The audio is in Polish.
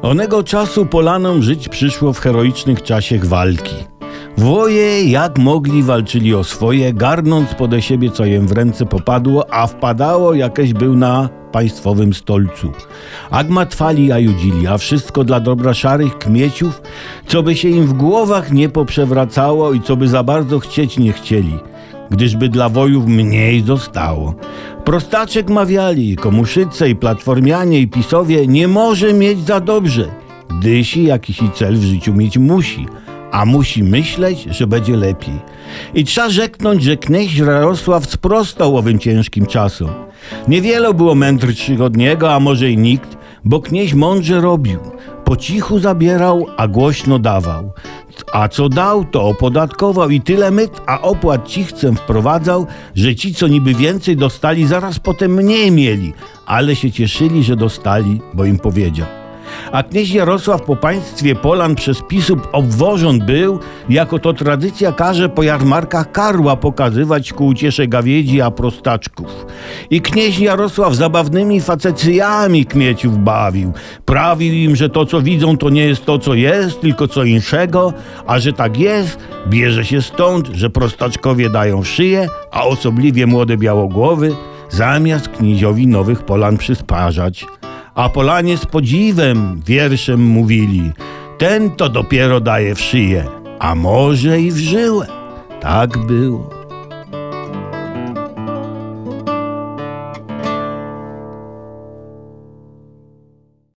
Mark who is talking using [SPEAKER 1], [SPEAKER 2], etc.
[SPEAKER 1] Onego czasu Polanom żyć przyszło w heroicznych czasiech walki. Woje jak mogli walczyli o swoje, garnąc pode siebie co jem w ręce popadło, a wpadało jakeś był na państwowym stolcu. Agmatwali a judzili, a wszystko dla dobra szarych kmieciów, co by się im w głowach nie poprzewracało i co by za bardzo chcieć nie chcieli, gdyżby dla wojów mniej zostało. Prostaczek mawiali, Komuszyce i Platformianie i Pisowie nie może mieć za dobrze, gdysi jakiś cel w życiu mieć musi, a musi myśleć, że będzie lepiej. I trzeba rzeknąć, że knieź Jarosław sprostał owym ciężkim czasom. Niewiele było mędrszych od niego, a może i nikt, bo knieź mądrze robił. Po cichu zabierał, a głośno dawał. A co dał, to opodatkował i tyle myt, a opłat cichcem wprowadzał, że ci, co niby więcej dostali, zaraz potem mniej mieli, ale się cieszyli, że dostali, bo im powiedział. A knieź Jarosław po państwie Polan przez Pisób obwożąc był, jako to tradycja każe po jarmarkach karła pokazywać ku uciesze gawiedzi a prostaczków. I knieź Jarosław zabawnymi facecyjami kmieciów bawił. Prawił im, że to co widzą to nie jest to co jest, tylko co inszego, a że tak jest, bierze się stąd, że prostaczkowie dają szyję, a osobliwie młode białogłowy, zamiast knieziowi nowych Polan przysparzać. A Polanie z podziwem wierszem mówili: ten to dopiero daje w szyję, a może i w żyłę. Tak było.